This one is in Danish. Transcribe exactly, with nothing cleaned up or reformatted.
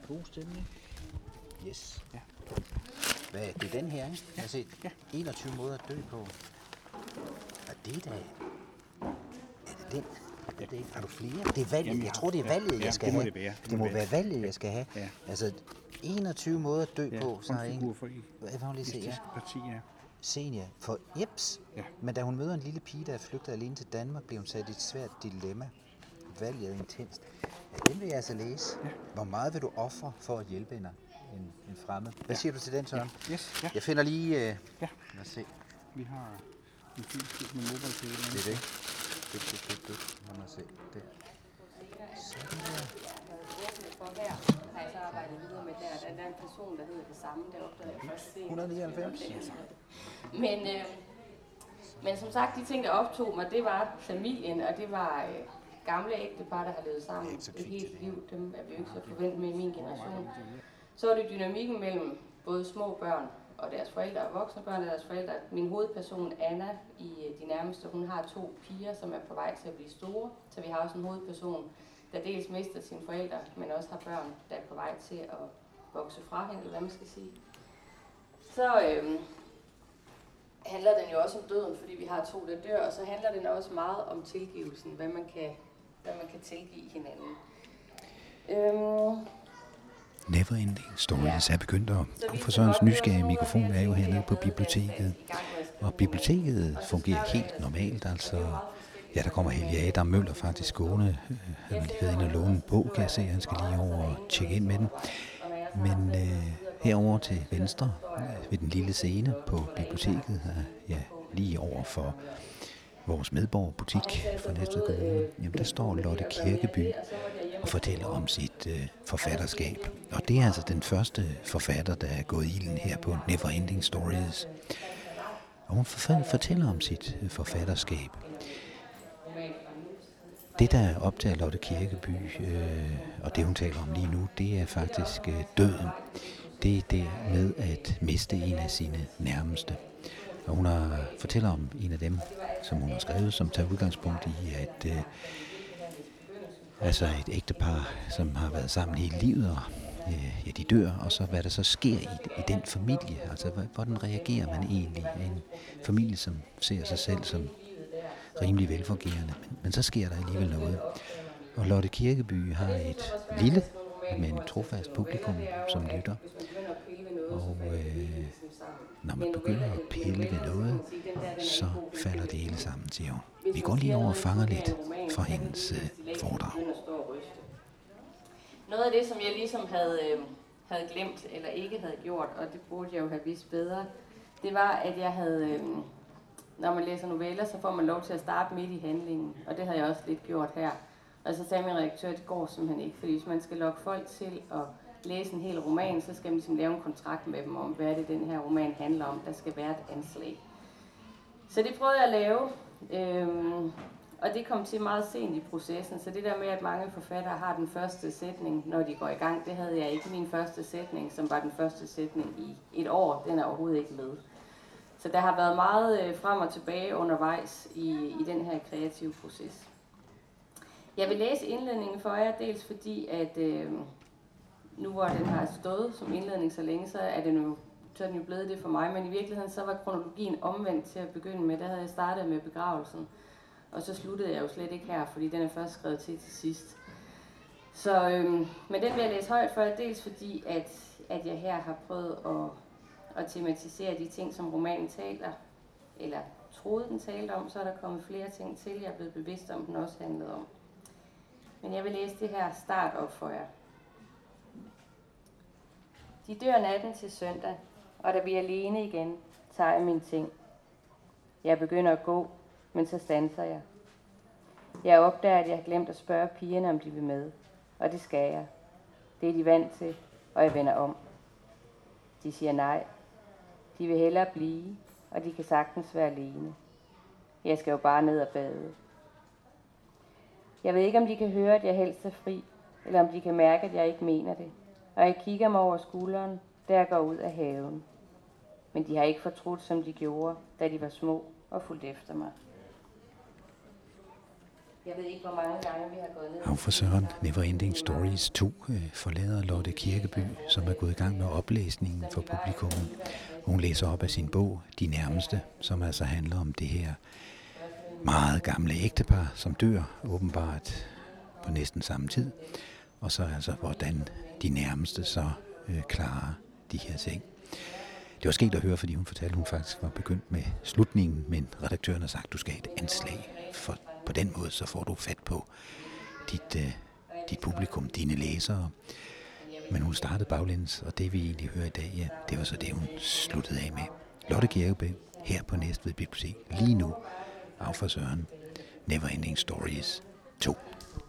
god stemning. Yes. Ja. Hvad, det er den her, ikke? Jeg har set Ja. enogtyve måder at dø på. Og det er da... Er det den? Er det ikke? Har du flere? Det er valget. Jamen, jeg tror, det er ja, valget, ja, jeg skal det må have. det være. Det Det må må være. være valget, jeg skal have. Ja. Altså, enogtyve måder at dø Ja, på. Så er frontfigur for i Hvad får hun lige se? Ja. parti, ja. Senior for Jeps. Ja. Men da hun møder en lille pige, der er flygtet alene til Danmark, bliver hun sat i et svært dilemma. Valget er intenst. Ja, den vil jeg altså læse. Ja. Hvor meget vil du ofre for at hjælpe en, en, en fremmed? Hvad ja. siger du til den, Søren? Ja. Yes, ja. Jeg finder lige... Øh, Ja. lad os se. Vi har en fin stil med mobile til Det er det. Det er det, det, det. Lad os se. Det. Sådan der. Her har jeg så arbejdet videre med der. Der er en person, der hedder det samme. Det opdagede jeg først et hundrede nioghalvfems. Men, øh, men som sagt, de ting, der optog mig, det var familien, og det var øh, gamle ægtepar, der har levet sammen et helt liv. Dem er vi jo ikke så forventet med i min generation. Så er det dynamikken mellem både små børn og deres forældre og voksne børn og deres forældre. Min hovedperson, Anna, i de nærmeste, hun har to piger, som er på vej til at blive store. Så vi har også en hovedperson, der dels mister sine forældre, men også har børn, der er på vej til at vokse fra hende, eller hvad man skal sige. Så øhm, handler den jo også om døden, fordi vi har to, der dør, og så handler den også meget om tilgivelsen, hvad man kan, hvad man kan tilgive hinanden. Øhm, Neverending Stories er begyndt at gå for Sørens nysgerrige mikrofon er jo hernede på biblioteket. Og biblioteket fungerer helt normalt, altså... Ja, der kommer Helge Adam Møller faktisk gående. Han har lige været inde og låne en bog, kan jeg se. Han skal lige over og tjekke ind med den. Men øh, herover til venstre, øh, ved den lille scene på biblioteket, øh, ja, lige over for vores medborgerbutik fra Næstved Kommune, jamen der står Lotte Kirkeby og fortæller om sit øh, forfatterskab. Og det er altså den første forfatter, der er gået i ilden her på Neverending Stories. Og hun fortæller om sit øh, forfatterskab. Det, der optager Lotte Kirkeby, øh, og det hun taler om lige nu, det er faktisk øh, døden. Det er det med at miste en af sine nærmeste. Og hun har fortæller om en af dem, som hun har skrevet, som tager udgangspunkt i, at øh, altså et ægtepar, som har været sammen hele livet, og øh, ja, de dør, og så hvad der så sker i, i den familie. Altså, hvordan reagerer man egentlig? En familie, som ser sig selv som rimelig velfungerende, men, men så sker der alligevel noget. Og Lotte Kirkeby har et lille, men trofast publikum, som lytter. Og øh, når man begynder at pille ved noget, så falder det hele sammen, siger hun. Vi går lige over og fanger lidt fra hendes øh, foredrag. Noget af det, som jeg ligesom havde, øh, havde glemt, eller ikke havde gjort, og det burde jeg jo have vidst bedre, det var, at jeg havde... Øh, Når man læser noveller, så får man lov til at starte midt i handlingen, og det har jeg også lidt gjort her. Og så sagde min redaktør, at det går simpelthen ikke, fordi hvis man skal lokke folk til at læse en hel roman, så skal man ligesom lave en kontrakt med dem om, hvad det den her roman handler om. Der skal være et anslag. Så det prøvede jeg at lave, øhm, og det kom til meget sent i processen. Så det der med, at mange forfattere har den første sætning, når de går i gang, det havde jeg ikke. Min første sætning, som var den første sætning i et år, den er overhovedet ikke med. Så der har været meget øh, frem og tilbage undervejs i, i den her kreative proces. Jeg vil læse indledningen for jer, dels fordi, at øh, nu hvor den har stået som indledning så længe, så er, det nu, så er den jo blevet det for mig. Men i virkeligheden så var kronologien omvendt til at begynde med. Der havde jeg startet med begravelsen, og så sluttede jeg jo slet ikke her, fordi den er først skrevet til til sidst. Så, øh, men den vil jeg læse højt for jer, dels fordi, at, at jeg her har prøvet at og tematisere de ting, som romanen taler, eller troede den talte om, så er der kommet flere ting til, jeg er blevet bevidst om, den også handlede om. Men jeg vil læse det her start op for jer. De dør natten til søndag, og da vi er alene igen, tager jeg mine ting. Jeg begynder at gå, men så standser jeg. Jeg opdager, at jeg har glemt at spørge pigerne, om de vil med, og det skal jeg. Det er de vant til, og jeg vender om. De siger nej. De vil hellere blive, og de kan sagtens være alene. Jeg skal jo bare ned og bade. Jeg ved ikke, om de kan høre, at jeg helst er fri, eller om de kan mærke, at jeg ikke mener det. Og jeg kigger mig over skulderen, da jeg går ud af haven. Men de har ikke fortrudt, som de gjorde, da de var små og fulgte efter mig. Jeg ved ikke, hvor mange gange vi har gået ned. Af for Søren, Neverending Stories to øh, forlader Lotte Kirkeby, som er gået i gang med oplæsningen for publikum. Hun læser op af sin bog, De Nærmeste, som altså handler om det her meget gamle ægtepar, som dør åbenbart på næsten samme tid. Og så altså, hvordan de nærmeste så øh, klarer de her ting. Det var sket at høre, fordi hun fortalte, at hun faktisk var begyndt med slutningen, men redaktøren har sagt, at du skal have et anslag, for på den måde så får du fat på dit, øh, dit publikum, dine læsere. Men hun startede baglæns, og det vi egentlig hører i dag, ja, det var så det, hun sluttede af med. Lotte Kirkeby her på Næstved Bibliotek. Lige nu, af for Søren, Neverending Stories to.